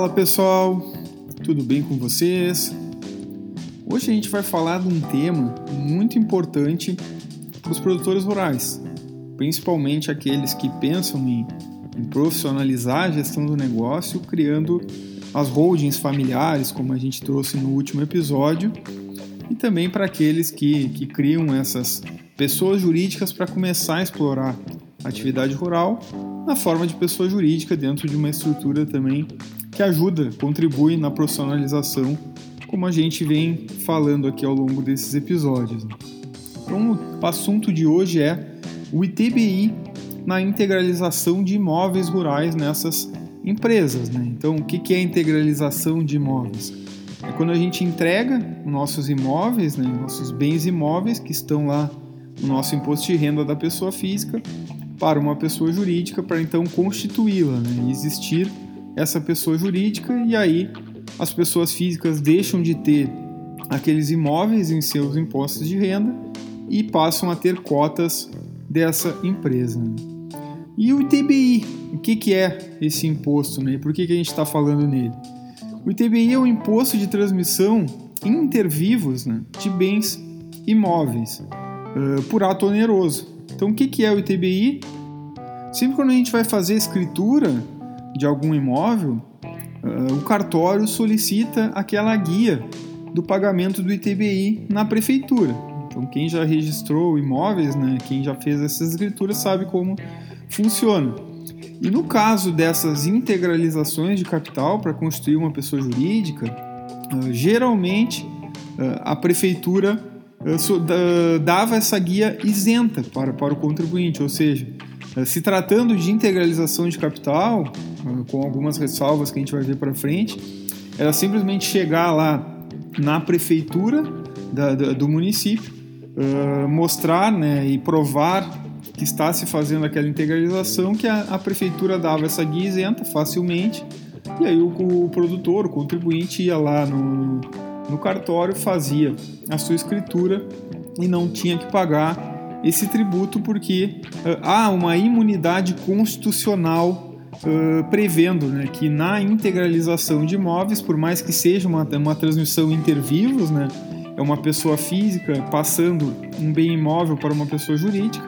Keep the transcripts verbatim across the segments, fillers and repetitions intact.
Fala pessoal, tudo bem com vocês? Hoje a gente vai falar de um tema muito importante para os produtores rurais, principalmente aqueles que pensam em, em profissionalizar a gestão do negócio, criando as holdings familiares, como a gente trouxe no último episódio, e também para aqueles que, que criam essas pessoas jurídicas para começar a explorar a atividade rural na forma de pessoa jurídica dentro de uma estrutura também que ajuda, contribui na profissionalização, como a gente vem falando aqui ao longo desses episódios. Então, o assunto de hoje é o I T B I na integralização de imóveis rurais nessas empresas, né? Então, o que é a integralização de imóveis? É quando a gente entrega nossos imóveis, né, nossos bens imóveis que estão lá no nosso imposto de renda da pessoa física para uma pessoa jurídica, para então constituí-la, né, existir essa pessoa jurídica, e aí as pessoas físicas deixam de ter aqueles imóveis em seus impostos de renda e passam a ter cotas dessa empresa. E o I T B I, o que, que é esse imposto, né? Por que, que a gente está falando nele? O I T B I é o imposto de transmissão inter vivos, né, de bens imóveis uh, por ato oneroso. Então, o que, que é o I T B I? Sempre quando a gente vai fazer a escritura de algum imóvel, uh, o cartório solicita aquela guia do pagamento do I T B I na prefeitura. Então, quem já registrou imóveis, né, quem já fez essas escrituras sabe como funciona. E no caso dessas integralizações de capital para constituir uma pessoa jurídica, uh, geralmente uh, a prefeitura uh, so, uh, dava essa guia isenta para, para o contribuinte, ou seja, uh, se tratando de integralização de capital, uh, com algumas ressalvas que a gente vai ver para frente, era simplesmente chegar lá na prefeitura da, da, do município, uh, mostrar, né, e provar que está se fazendo aquela integralização, que a, a prefeitura dava essa guia isenta facilmente, e aí o, o produtor, o contribuinte ia lá no, no cartório, fazia a sua escritura e não tinha que pagar esse tributo porque uh, há uma imunidade constitucional uh, prevendo, né, que na integralização de imóveis, por mais que seja uma, uma transmissão inter vivos, né, é uma pessoa física passando um bem imóvel para uma pessoa jurídica,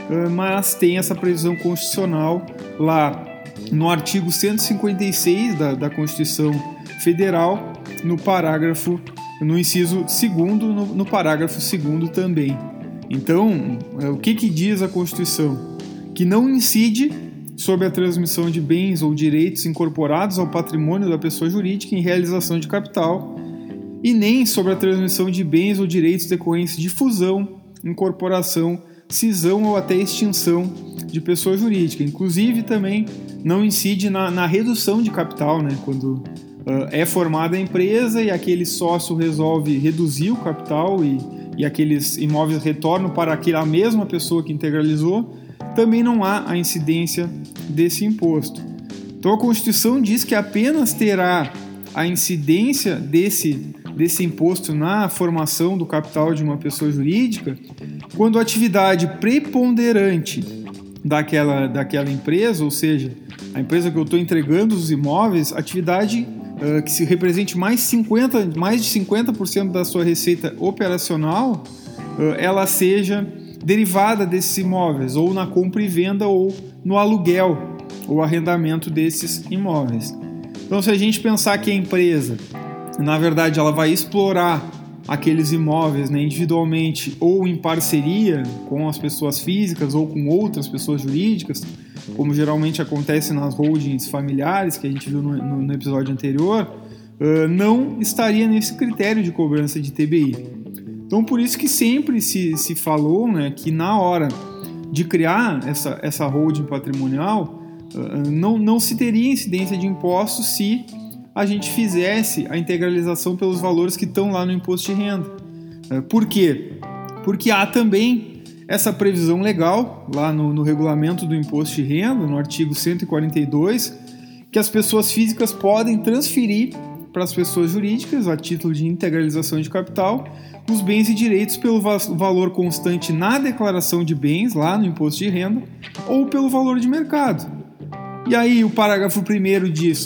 mas tem essa previsão constitucional lá no artigo cento e cinquenta e seis da, da Constituição Federal, no parágrafo, no inciso segundo, no, no parágrafo segundo também. Então, o que, que diz a Constituição? Que não incide sobre a transmissão de bens ou direitos incorporados ao patrimônio da pessoa jurídica em realização de capital, e nem sobre a transmissão de bens ou direitos decorrentes de fusão, incorporação, cisão ou até extinção de pessoa jurídica. Inclusive também não incide na, na redução de capital, né? Quando uh, é formada a empresa e aquele sócio resolve reduzir o capital e, e aqueles imóveis retornam para aquela mesma pessoa que integralizou, também não há a incidência desse imposto. Então a Constituição diz que apenas terá a incidência desse desse imposto na formação do capital de uma pessoa jurídica quando a atividade preponderante daquela, daquela empresa, ou seja, a empresa que eu estou entregando os imóveis, atividade uh, que se represente mais, cinquenta, mais de cinquenta por cento da sua receita operacional, uh, ela seja derivada desses imóveis, ou na compra e venda, ou no aluguel, ou arrendamento desses imóveis. Então, se a gente pensar que a empresa, na verdade, ela vai explorar aqueles imóveis, né, individualmente ou em parceria com as pessoas físicas ou com outras pessoas jurídicas, como geralmente acontece nas holdings familiares que a gente viu no, no, no episódio anterior, uh, não estaria nesse critério de cobrança de I T B I. Então, por isso que sempre se, se falou, né, que na hora de criar essa, essa holding patrimonial, uh, não, não se teria incidência de impostos se a gente fizesse a integralização pelos valores que estão lá no imposto de renda. Por quê? Porque há também essa previsão legal lá no, no regulamento do imposto de renda, no artigo cento e quarenta e dois, que as pessoas físicas podem transferir para as pessoas jurídicas, a título de integralização de capital, os bens e direitos pelo va- valor constante na declaração de bens, lá no imposto de renda, ou pelo valor de mercado. E aí o parágrafo primeiro diz: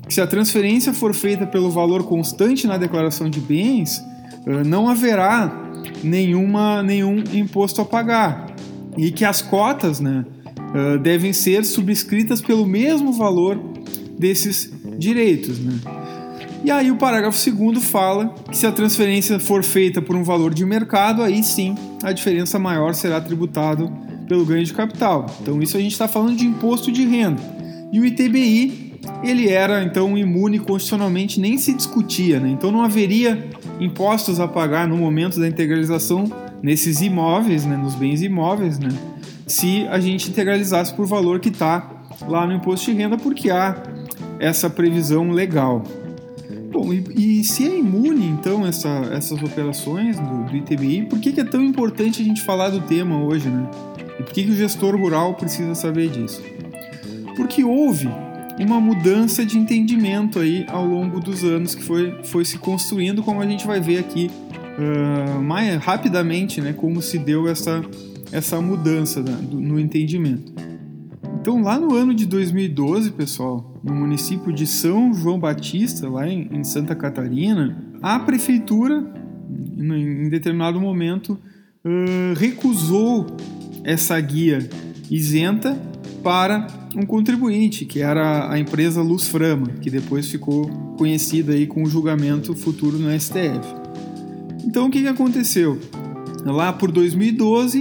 que se a transferência for feita pelo valor constante na declaração de bens, não haverá nenhuma, nenhum imposto a pagar e que as cotas, né, devem ser subscritas pelo mesmo valor desses direitos, né? E aí o parágrafo segundo fala que se a transferência for feita por um valor de mercado, aí sim a diferença maior será tributada pelo ganho de capital. Então isso a gente está falando de imposto de renda. E o I T B I, ele era então imune constitucionalmente, nem se discutia, né? Então não haveria impostos a pagar no momento da integralização nesses imóveis, né, nos bens imóveis, né, se a gente integralizasse por valor que está lá no imposto de renda, porque há essa previsão legal. Bom, e, e se é imune, então, essa, essas operações do, do I T B I, por que, que é tão importante a gente falar do tema hoje, né? E por que, que o gestor rural precisa saber disso? Porque houve uma mudança de entendimento aí ao longo dos anos que foi, foi se construindo, como a gente vai ver aqui uh, mais rapidamente, né, como se deu essa, essa mudança da, do, no entendimento. Então, lá no ano de dois mil e doze, pessoal, no município de São João Batista, lá em, em Santa Catarina, a prefeitura, em, em determinado momento, uh, recusou essa guia isenta para um contribuinte, que era a empresa Luz Frama, que depois ficou conhecida aí com o julgamento futuro no S T F. Então, o que, que aconteceu? Lá por dois mil e doze,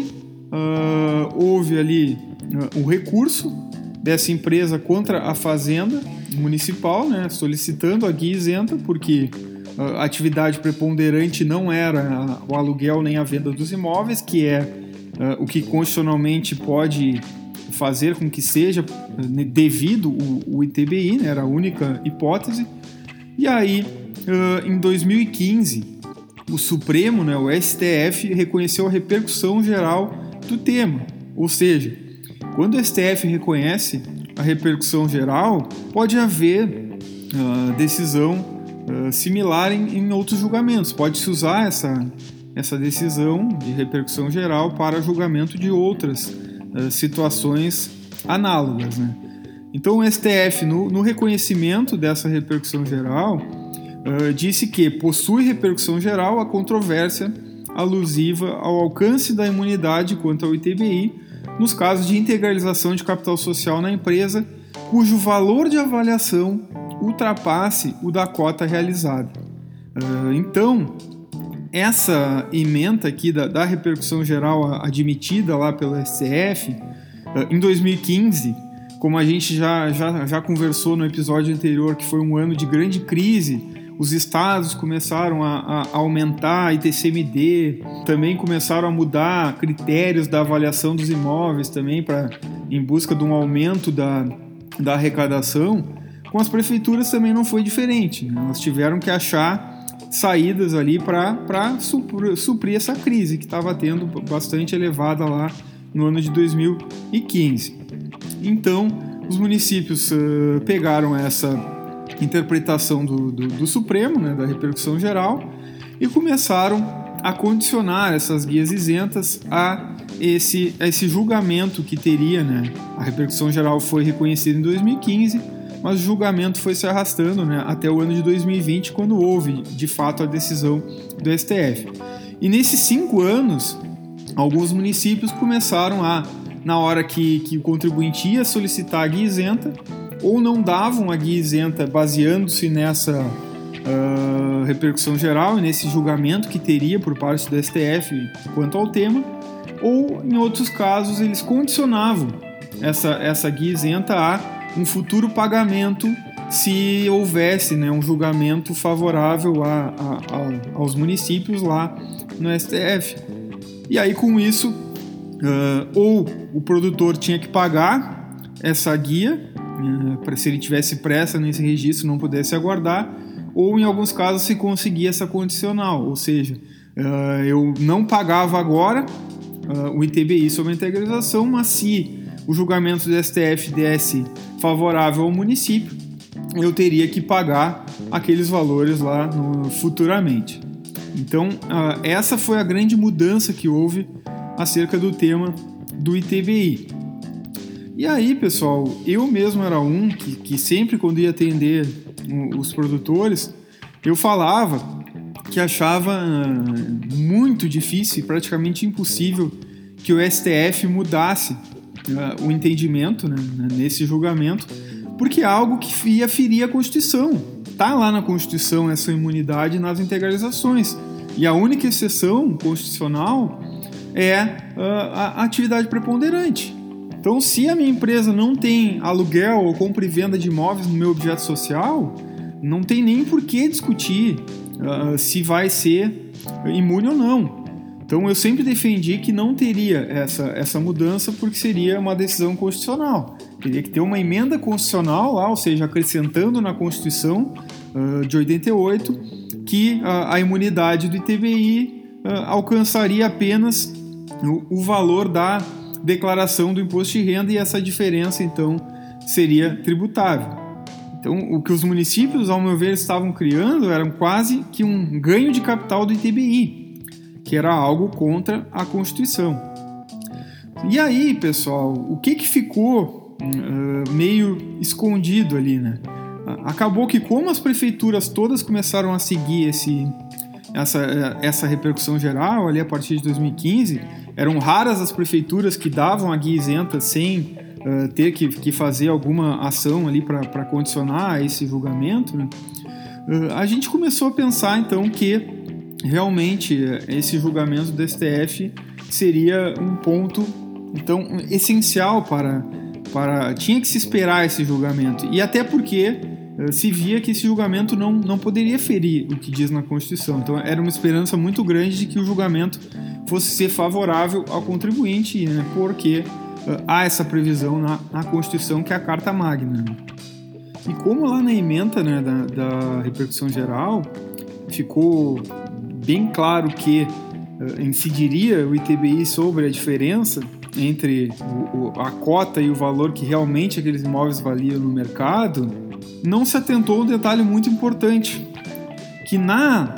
uh, houve ali o recurso dessa empresa contra a Fazenda Municipal, né, solicitando a guia isenta, porque a atividade preponderante não era o aluguel nem a venda dos imóveis, que é uh, o que constitucionalmente pode fazer com que seja devido o, o I T B I, né, era a única hipótese. E aí, uh, em dois mil e quinze, o Supremo, né, o S T F, reconheceu a repercussão geral do tema, ou seja, quando o S T F reconhece a repercussão geral, pode haver uh, decisão uh, similar em, em outros julgamentos. Pode-se usar essa, essa decisão de repercussão geral para julgamento de outras uh, situações análogas, né? Então o S T F, no, no reconhecimento dessa repercussão geral, uh, disse que possui repercussão geral a controvérsia alusiva ao alcance da imunidade quanto ao I T B I, nos casos de integralização de capital social na empresa, cujo valor de avaliação ultrapasse o da cota realizada. Uh, então, essa ementa aqui da, da repercussão geral admitida lá pelo S T F, uh, em dois mil e quinze, como a gente já, já, já conversou no episódio anterior, que foi um ano de grande crise, os estados começaram a, a aumentar a I T C M D, também começaram a mudar critérios da avaliação dos imóveis também pra, em busca de um aumento da, da arrecadação. Com as prefeituras também não foi diferente, né? Elas tiveram que achar saídas ali para suprir, suprir essa crise que estava tendo bastante elevada lá no ano de dois mil e quinze. Então, os municípios uh, pegaram essa interpretação do, do, do Supremo, né, da repercussão geral, e começaram a condicionar essas guias isentas a esse, a esse julgamento que teria, né? A repercussão geral foi reconhecida em dois mil e quinze, mas o julgamento foi se arrastando, né, até o ano de dois mil e vinte, quando houve, de fato, a decisão do S T F. E nesses cinco anos, alguns municípios começaram a, na hora que, que o contribuinte ia solicitar a guia isenta, ou não davam a guia isenta baseando-se nessa uh, repercussão geral e nesse julgamento que teria por parte do S T F quanto ao tema, ou em outros casos eles condicionavam essa, essa guia isenta a um futuro pagamento se houvesse, né, um julgamento favorável a, a, a, aos municípios lá no S T F. E aí com isso, uh, ou o produtor tinha que pagar essa guia, para se ele tivesse pressa nesse registro não pudesse aguardar, ou em alguns casos se conseguia essa condicional, ou seja, uh, eu não pagava agora uh, o I T B I sobre a integralização, mas se o julgamento do S T F desse favorável ao município, eu teria que pagar aqueles valores lá no, futuramente. Então, uh, essa foi a grande mudança que houve acerca do tema do I T B I. E aí, pessoal, eu mesmo era um que, que sempre quando ia atender os produtores, eu falava que achava muito difícil, praticamente impossível, que o S T F mudasse uh, o entendimento, né, nesse julgamento, porque é algo que ia ferir a Constituição. Está lá na Constituição essa imunidade nas integralizações. E a única exceção constitucional é uh, a atividade preponderante. Então, se a minha empresa não tem aluguel ou compra e venda de imóveis no meu objeto social, não tem nem por que discutir uh, se vai ser imune ou não. Então, eu sempre defendi que não teria essa, essa mudança porque seria uma decisão constitucional. Teria que ter uma emenda constitucional lá, ou seja, acrescentando na Constituição uh, de oitenta e oito que uh, a imunidade do I T B I uh, alcançaria apenas o, o valor da declaração do imposto de renda e essa diferença, então, seria tributável. Então, o que os municípios, ao meu ver, estavam criando era quase que um ganho de capital do I T B I, que era algo contra a Constituição. E aí, pessoal, o que, que ficou uh, meio escondido ali, né? Acabou que, como as prefeituras todas começaram a seguir esse, essa, essa repercussão geral ali a partir de dois mil e quinze, eram raras as prefeituras que davam a guia isenta sem uh, ter que, que fazer alguma ação ali para condicionar esse julgamento, né? uh, a gente começou a pensar então que realmente esse julgamento do S T F seria um ponto então essencial para, para tinha que se esperar esse julgamento, e até porque uh, se via que esse julgamento não, não poderia ferir o que diz na Constituição. Então era uma esperança muito grande de que o julgamento fosse ser favorável ao contribuinte, né, porque uh, há essa previsão na, na Constituição, que é a Carta Magna. E como lá na ementa, né, da, da repercussão geral ficou bem claro que uh, incidiria o I T B I sobre a diferença entre o, o, a cota e o valor que realmente aqueles imóveis valiam no mercado, não se atentou a um detalhe muito importante, que na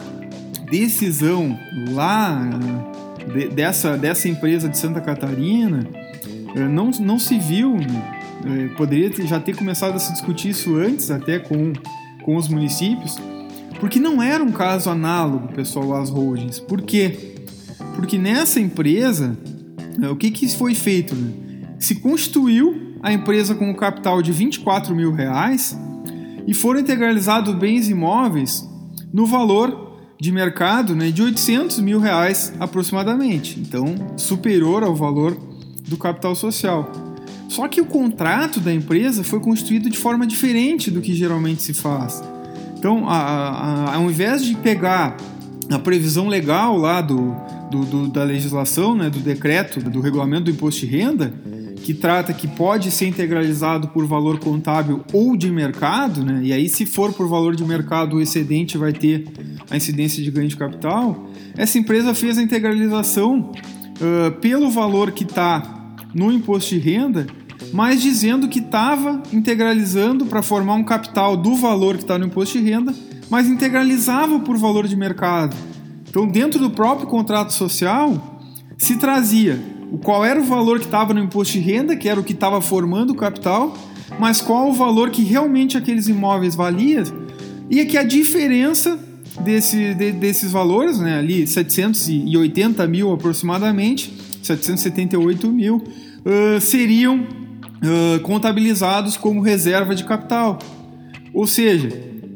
decisão lá de, dessa, dessa empresa de Santa Catarina, não, não se viu, né, poderia ter, já ter começado a se discutir isso antes até com, com os municípios, porque não era um caso análogo, pessoal, às holdings. Por quê? Porque nessa empresa, o que, que foi feito? Né? Se constituiu a empresa com um capital de vinte e quatro mil reais e foram integralizados bens imóveis no valor de mercado, né, de oitocentos mil reais aproximadamente. Então, superior ao valor do capital social. Só que o contrato da empresa foi constituído de forma diferente do que geralmente se faz. Então, a, a, ao invés de pegar a previsão legal lá do, do, do, da legislação, né, do decreto, do regulamento do imposto de renda, que trata que pode ser integralizado por valor contábil ou de mercado, né, e aí se for por valor de mercado o excedente vai ter a incidência de ganho de capital, essa empresa fez a integralização uh, pelo valor que está no imposto de renda, mas dizendo que estava integralizando para formar um capital do valor que está no imposto de renda, mas integralizava por valor de mercado. Então, dentro do próprio contrato social, se trazia o qual era o valor que estava no imposto de renda, que era o que estava formando o capital, mas qual o valor que realmente aqueles imóveis valiam, e que a diferença desse, de, desses valores, né, ali setecentos e oitenta mil aproximadamente, setecentos e setenta e oito mil, uh, seriam uh, contabilizados como reserva de capital. Ou seja,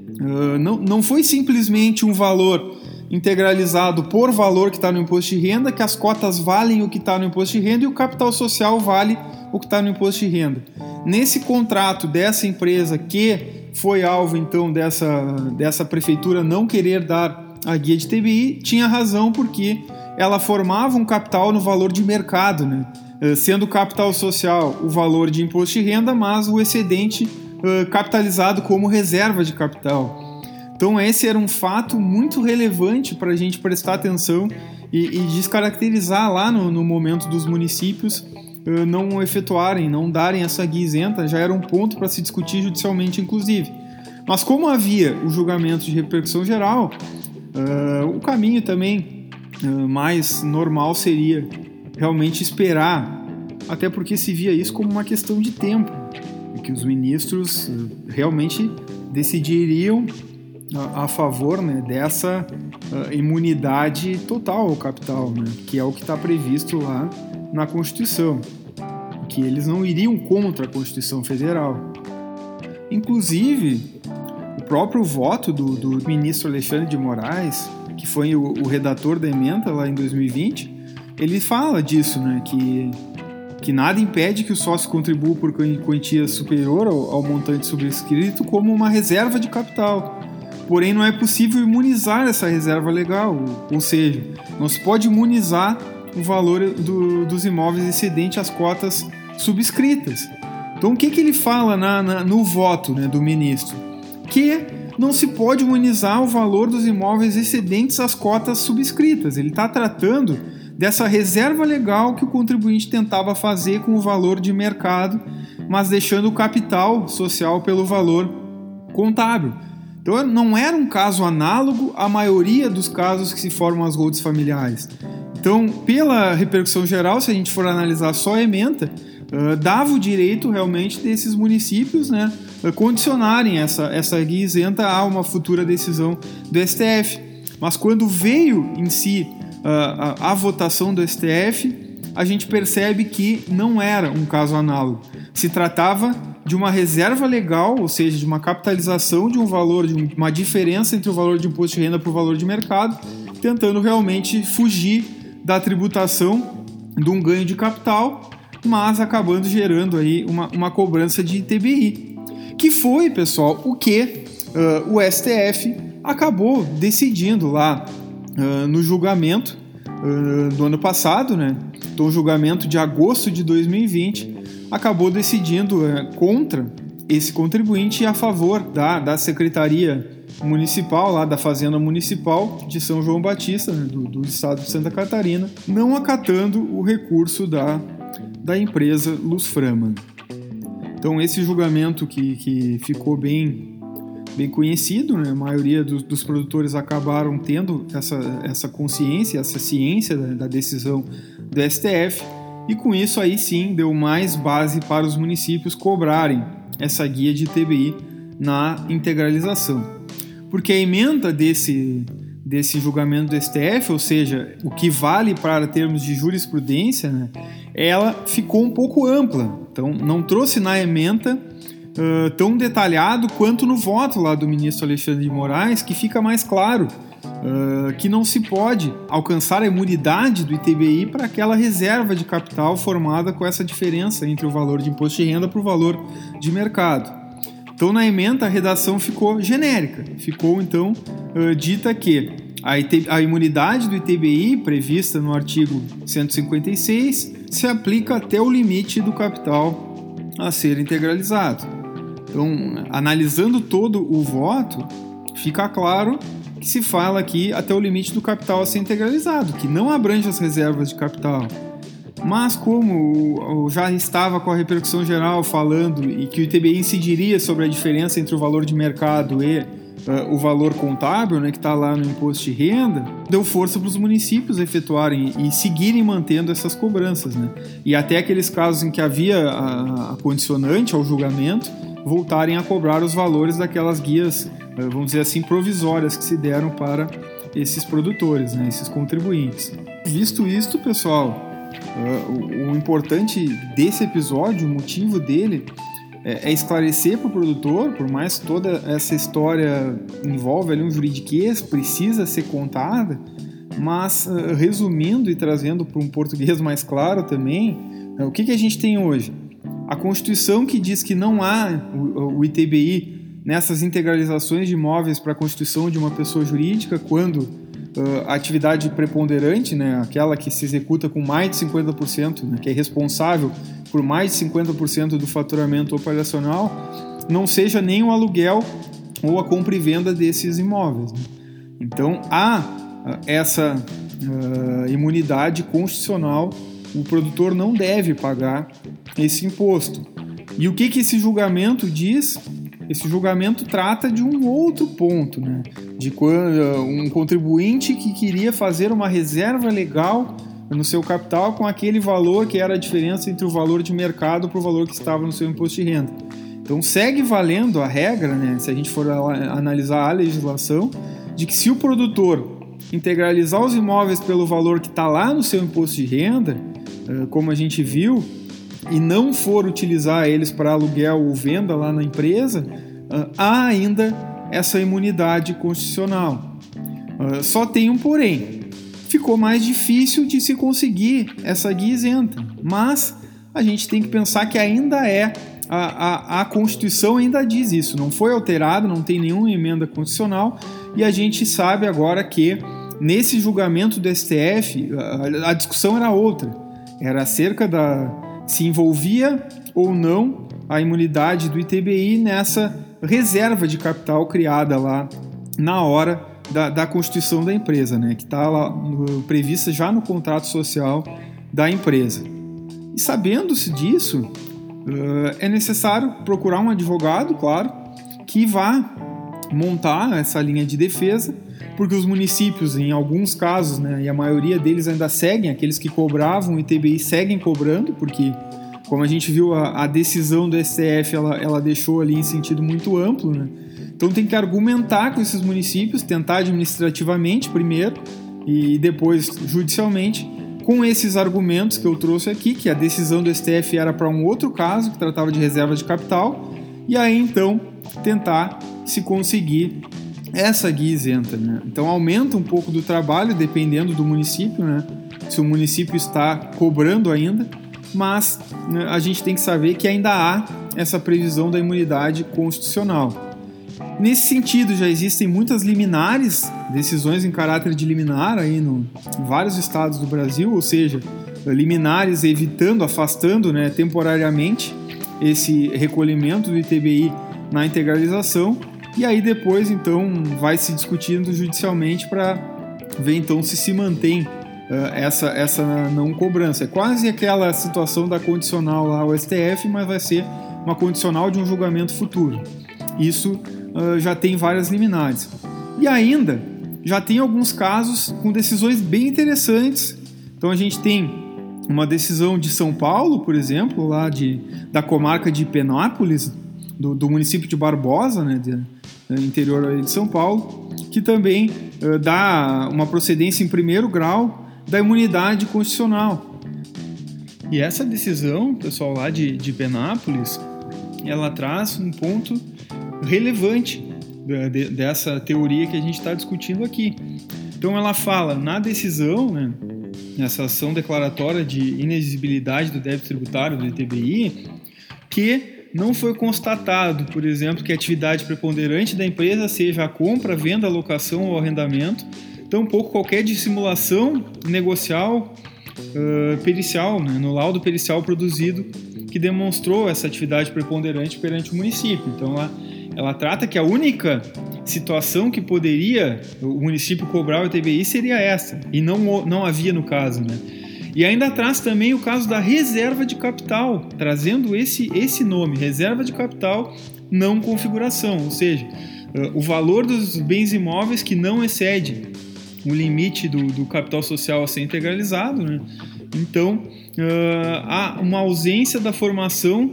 uh, não, não foi simplesmente um valor integralizado por valor que está no imposto de renda, que as cotas valem o que está no imposto de renda e o capital social vale o que está no imposto de renda. Nesse contrato dessa empresa que foi alvo então dessa, dessa prefeitura não querer dar a guia de T B I, tinha razão porque ela formava um capital no valor de mercado, né? Sendo o capital social o valor de imposto de renda, mas o excedente uh, capitalizado como reserva de capital. Então esse era um fato muito relevante para a gente prestar atenção e, e descaracterizar lá no, no momento dos municípios uh, não efetuarem, não darem essa guia isenta, já era um ponto para se discutir judicialmente, inclusive. Mas como havia o julgamento de repercussão geral, uh, o caminho também uh, mais normal seria realmente esperar, até porque se via isso como uma questão de tempo, que os ministros uh, realmente decidiriam a, a favor, né, dessa uh, imunidade total ao capital, né, que é o que está previsto lá na Constituição, que eles não iriam contra a Constituição Federal. Inclusive, o próprio voto do, do ministro Alexandre de Moraes, que foi o, o redator da emenda lá em dois mil e vinte, ele fala disso, né, que, que nada impede que o sócio contribua por quantia superior ao, ao montante subscrito como uma reserva de capital. Porém, não é possível imunizar essa reserva legal, ou seja, não se pode imunizar o valor do, dos imóveis excedente às cotas subscritas. Então, o que, que ele fala na, na, no voto, né, do ministro? Que não se pode imunizar o valor dos imóveis excedentes às cotas subscritas. Ele está tratando dessa reserva legal que o contribuinte tentava fazer com o valor de mercado, mas deixando o capital social pelo valor contábil. Então, não era um caso análogo à maioria dos casos que se formam as holdings familiares. Então, pela repercussão geral, se a gente for analisar só a ementa, uh, dava o direito realmente desses municípios, né, uh, condicionarem essa, essa guia isenta a uma futura decisão do S T F. Mas quando veio em si uh, a, a votação do S T F, a gente percebe que não era um caso análogo. Se tratava de uma reserva legal, ou seja, de uma capitalização de um valor, de uma diferença entre o valor de imposto de renda para o valor de mercado, tentando realmente fugir da tributação de um ganho de capital, mas acabando gerando aí uma, uma cobrança de I T B I, que foi, pessoal, o que uh, o S T F acabou decidindo lá uh, no julgamento uh, do ano passado, né? Então, o julgamento de agosto de dois mil e vinte acabou decidindo uh, contra esse contribuinte e a favor da, da Secretaria Municipal, lá da Fazenda Municipal de São João Batista, né, do, do estado de Santa Catarina, não acatando o recurso da, da empresa Luzframan. Então, esse julgamento que, que ficou bem, bem conhecido, né, a maioria dos, dos produtores acabaram tendo essa, essa consciência, essa ciência da, da decisão do S T F, e com isso aí sim deu mais base para os municípios cobrarem essa guia de I T B I na integralização. Porque a emenda desse, desse julgamento do S T F, ou seja, o que vale para termos de jurisprudência, né, ela ficou um pouco ampla. Então, não trouxe na emenda uh, tão detalhado quanto no voto lá do ministro Alexandre de Moraes, que fica mais claro uh, que não se pode alcançar a imunidade do I T B I para aquela reserva de capital formada com essa diferença entre o valor de imposto de renda para o valor de mercado. Então, na ementa, a redação ficou genérica. Ficou, então, uh, dita que a, a imunidade do I T B I, prevista no artigo cento e cinquenta e seis, se aplica até o limite do capital a ser integralizado. Então, analisando todo o voto, fica claro que se fala aqui até o limite do capital a ser integralizado, que não abrange as reservas de capital. Mas como já estava com a repercussão geral falando e que o I T B I incidiria sobre a diferença entre o valor de mercado e uh, o valor contábil, né, que está lá no imposto de renda, deu força para os municípios efetuarem e seguirem mantendo essas cobranças, né? E até aqueles casos em que havia a, a condicionante ao julgamento, voltarem a cobrar os valores daquelas guias, uh, vamos dizer assim, provisórias que se deram para esses produtores, né, esses contribuintes. Visto isto, pessoal, Uh, o, o importante desse episódio, o motivo dele é, é esclarecer para o produtor, por mais que toda essa história envolve ali um juridiquês, precisa ser contada, mas uh, resumindo e trazendo para um português mais claro também, uh, o que, que a gente tem hoje? A Constituição que diz que não há o, o I T B I nessas integralizações de imóveis para a constituição de uma pessoa jurídica quando Uh, a atividade preponderante, né, aquela que se executa com mais de cinquenta por cento, né, que é responsável por mais de cinquenta por cento do faturamento operacional, não seja nem o aluguel ou a compra e venda desses imóveis, né? Então, há uh, essa uh, imunidade constitucional, o produtor não deve pagar esse imposto. E o que, que esse julgamento diz? Esse julgamento trata de um outro ponto, né? De quando um contribuinte que queria fazer uma reserva legal no seu capital com aquele valor que era a diferença entre o valor de mercado para o valor que estava no seu imposto de renda. Então segue valendo a regra, né, se a gente for analisar a legislação, de que se o produtor integralizar os imóveis pelo valor que está lá no seu imposto de renda, como a gente viu, e não for utilizar eles para aluguel ou venda lá na empresa, há ainda essa imunidade constitucional. Só tem um porém. Ficou mais difícil de se conseguir essa guia isenta, mas a gente tem que pensar que ainda é, a, a, a Constituição ainda diz isso, não foi alterado, não tem nenhuma emenda constitucional, e a gente sabe agora que nesse julgamento do S T F, a, a discussão era outra, era acerca da se envolvia ou não a imunidade do I T B I nessa reserva de capital criada lá na hora da, da constituição da empresa, né, que está lá no, prevista já no contrato social da empresa. E sabendo-se disso, uh, é necessário procurar um advogado, claro, que vá montar essa linha de defesa, porque os municípios, em alguns casos, né, e a maioria deles ainda seguem, aqueles que cobravam o I T B I seguem cobrando, porque, como a gente viu, a, a decisão do S T F ela, ela deixou ali em sentido muito amplo, né? Então tem que argumentar com esses municípios, tentar administrativamente primeiro e depois judicialmente, com esses argumentos que eu trouxe aqui, que a decisão do S T F era para um outro caso, que tratava de reserva de capital, e aí então tentar se conseguir essa guia isenta, né? Então aumenta um pouco do trabalho, dependendo do município, né? Se o município está cobrando ainda, mas, né, a gente tem que saber que ainda há essa previsão da imunidade constitucional. Nesse sentido, já existem muitas liminares, decisões em caráter de liminar aí no, em vários estados do Brasil, ou seja, liminares evitando, afastando, né, temporariamente esse recolhimento do I T B I na integralização. E aí depois, então, vai se discutindo judicialmente para ver, então, se se mantém uh, essa, essa não cobrança. É quase aquela situação da condicional lá ao S T F, mas vai ser uma condicional de um julgamento futuro. Isso uh, já tem várias liminares. E ainda, já tem alguns casos com decisões bem interessantes. Então a gente tem uma decisão de São Paulo, por exemplo, lá de, da comarca de Penápolis, do, do município de Barbosa, né, de, interior de São Paulo, que também uh, dá uma procedência em primeiro grau da imunidade constitucional. E essa decisão, pessoal, lá de, de Penápolis, ela traz um ponto relevante de, dessa teoria que a gente está discutindo aqui. Então ela fala, na decisão, né, nessa ação declaratória de inexigibilidade do débito tributário do I T B I, que não foi constatado, por exemplo, que a atividade preponderante da empresa seja a compra, venda, alocação ou arrendamento, tampouco qualquer dissimulação negocial, uh, pericial, né, no laudo pericial produzido, que demonstrou essa atividade preponderante perante o município. Então, ela, ela trata que a única situação que poderia o município cobrar o I T B I seria essa, e não, não havia no caso, né? E ainda traz também o caso da reserva de capital, trazendo esse, esse nome, reserva de capital não configuração, ou seja, uh, o valor dos bens imóveis que não excede o limite do, do capital social a ser integralizado, né? Então, uh, há uma ausência da formação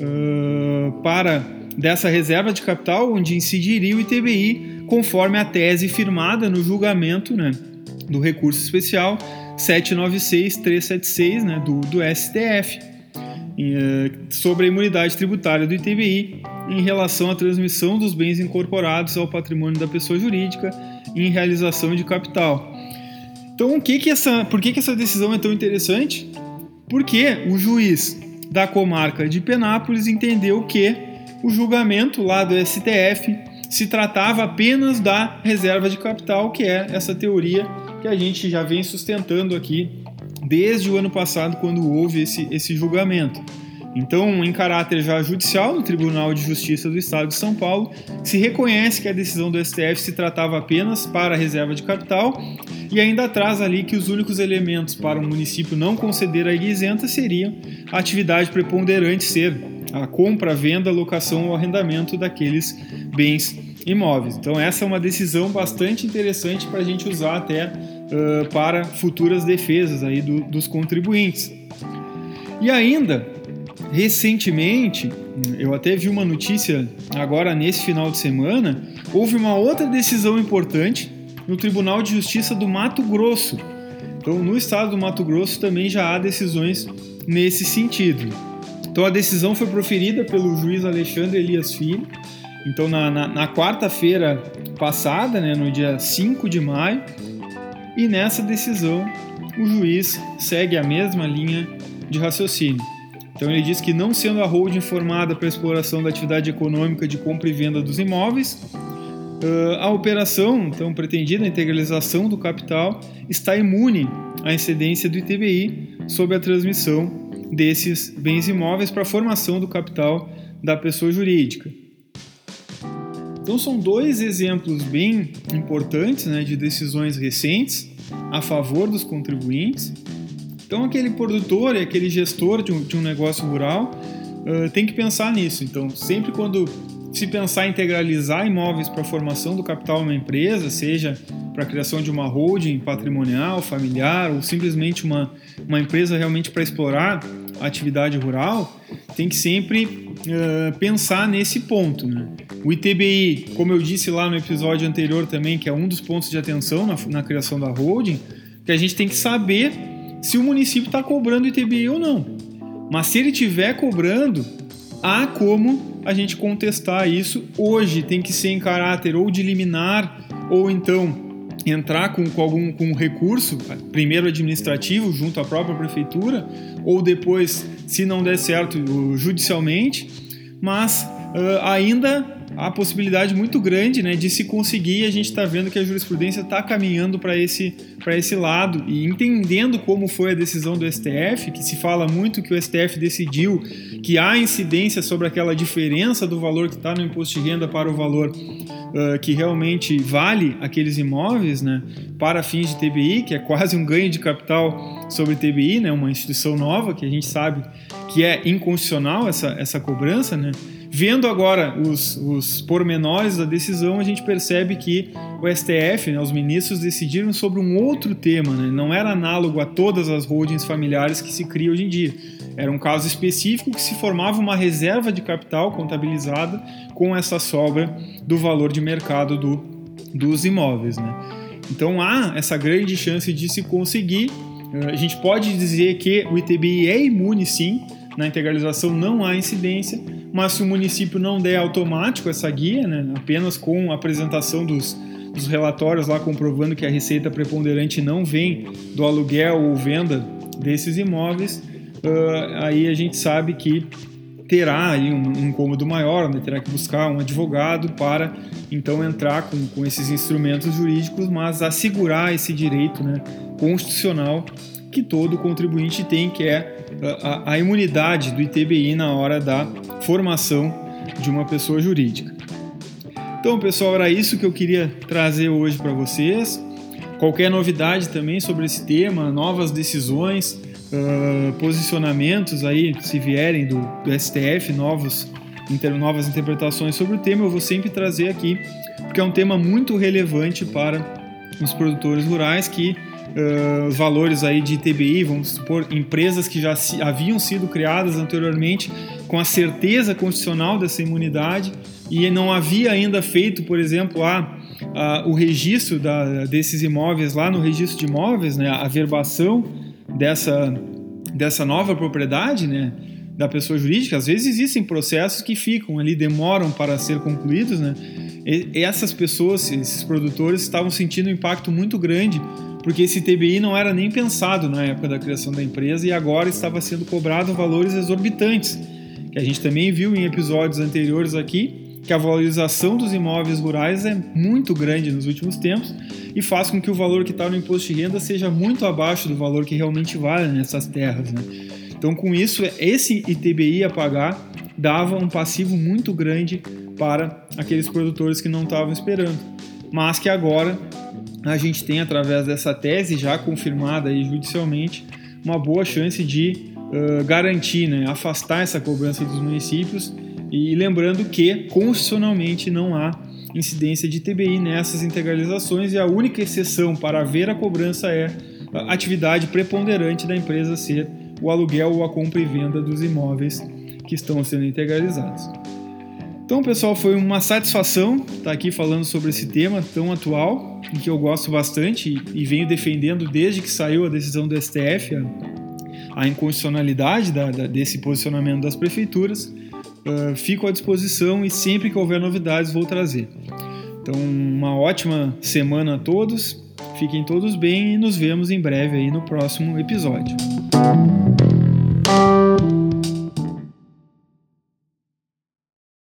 uh, para dessa reserva de capital, onde incidiria o I T B I, conforme a tese firmada no julgamento, né, do recurso especial sete nove seis três sete seis, né, do, do S T F, e, sobre a imunidade tributária do I T B I em relação à transmissão dos bens incorporados ao patrimônio da pessoa jurídica em realização de capital. Então, o que que essa, por que que essa decisão é tão interessante? Porque o juiz da comarca de Penápolis entendeu que o julgamento lá do S T F se tratava apenas da reserva de capital, que é essa teoria que a gente já vem sustentando aqui desde o ano passado, quando houve esse, esse julgamento. Então, em caráter já judicial, no Tribunal de Justiça do Estado de São Paulo, se reconhece que a decisão do S T F se tratava apenas para a reserva de capital e ainda traz ali que os únicos elementos para um município não conceder a guia isenta seriam a atividade preponderante ser a compra, venda, locação ou arrendamento daqueles bens imóveis. Então essa é uma decisão bastante interessante para a gente usar até uh, para futuras defesas aí do, dos contribuintes. E ainda, recentemente, eu até vi uma notícia agora nesse final de semana, houve uma outra decisão importante no Tribunal de Justiça do Mato Grosso. Então, no estado do Mato Grosso também já há decisões nesse sentido. Então, a decisão foi proferida pelo juiz Alexandre Elias Filho. Então, na, na, na quarta-feira passada, né, no dia cinco de maio, e nessa decisão o juiz segue a mesma linha de raciocínio. Então, ele diz que, não sendo a holding formada para a exploração da atividade econômica de compra e venda dos imóveis, a operação, então, pretendida, a integralização do capital, está imune à incidência do I T B I sobre a transmissão desses bens imóveis para a formação do capital da pessoa jurídica. Então, são dois exemplos bem importantes, né, de decisões recentes a favor dos contribuintes. Então, aquele produtor e aquele gestor de um, de um negócio rural uh, tem que pensar nisso. Então, sempre quando se pensar em integralizar imóveis para a formação do capital de uma empresa, seja para a criação de uma holding patrimonial, familiar, ou simplesmente uma, uma empresa realmente para explorar a atividade rural, tem que sempre uh, pensar nesse ponto, né? O I T B I, como eu disse lá no episódio anterior também, que é um dos pontos de atenção na, na criação da holding, que a gente tem que saber se o município está cobrando I T B I ou não. Mas se ele estiver cobrando, há como a gente contestar isso. Hoje tem que ser em caráter ou de liminar, ou então entrar com, com algum com recurso, primeiro administrativo, junto à própria prefeitura, ou depois, se não der certo, judicialmente. Mas uh, ainda há possibilidade muito grande, né, de se conseguir. A gente está vendo que a jurisprudência está caminhando para esse, para esse lado, e entendendo como foi a decisão do S T F, que se fala muito que o S T F decidiu que há incidência sobre aquela diferença do valor que está no imposto de renda para o valor uh, que realmente vale aqueles imóveis, né, para fins de T B I, que é quase um ganho de capital sobre T B I, né, uma instituição nova que a gente sabe que é inconstitucional essa, essa cobrança, né. Vendo agora os, os pormenores da decisão, a gente percebe que o S T F, né, os ministros, decidiram sobre um outro tema, né? Não era análogo a todas as holdings familiares que se criam hoje em dia. Era um caso específico que se formava uma reserva de capital contabilizada com essa sobra do valor de mercado do, dos imóveis, né? Então há essa grande chance de se conseguir. A gente pode dizer que o I T B I é imune, sim, na integralização não há incidência, mas se o município não der automático essa guia, né, apenas com a apresentação dos, dos relatórios lá comprovando que a receita preponderante não vem do aluguel ou venda desses imóveis, uh, aí a gente sabe que terá aí um, um incômodo maior, né, terá que buscar um advogado para então entrar com, com esses instrumentos jurídicos, mas assegurar esse direito, né, constitucional que todo contribuinte tem, que é a, a imunidade do I T B I na hora da formação de uma pessoa jurídica. Então, pessoal, era isso que eu queria trazer hoje para vocês. Qualquer novidade também sobre esse tema, novas decisões, uh, posicionamentos aí, se vierem do, do S T F, novos, inter, novas interpretações sobre o tema, eu vou sempre trazer aqui, porque é um tema muito relevante para os produtores rurais que Uh, os valores aí de I T B I, vamos supor, empresas que já se, haviam sido criadas anteriormente com a certeza constitucional dessa imunidade e não havia ainda feito, por exemplo, a, a, o registro da, desses imóveis lá no registro de imóveis, né, a verbação dessa, dessa nova propriedade, né, da pessoa jurídica. Às vezes existem processos que ficam ali, demoram para ser concluídos, né? E essas pessoas, esses produtores, estavam sentindo um impacto muito grande, porque esse I T B I não era nem pensado na época da criação da empresa e agora estava sendo cobrado valores exorbitantes, que a gente também viu em episódios anteriores aqui, que a valorização dos imóveis rurais é muito grande nos últimos tempos e faz com que o valor que está no imposto de renda seja muito abaixo do valor que realmente vale nessas terras, né? Então, com isso, esse I T B I a pagar dava um passivo muito grande para aqueles produtores que não estavam esperando, mas que agora a gente tem, através dessa tese já confirmada aí judicialmente, uma boa chance de uh, garantir, né, afastar essa cobrança dos municípios, e lembrando que constitucionalmente não há incidência de I T B I nessas integralizações e a única exceção para haver a cobrança é a atividade preponderante da empresa ser o aluguel ou a compra e venda dos imóveis que estão sendo integralizados. Então, pessoal, foi uma satisfação estar aqui falando sobre esse tema tão atual e que eu gosto bastante e venho defendendo desde que saiu a decisão do S T F, a, a inconstitucionalidade da, da, desse posicionamento das prefeituras. Uh, fico à disposição e sempre que houver novidades vou trazer. Então, uma ótima semana a todos, fiquem todos bem e nos vemos em breve aí no próximo episódio.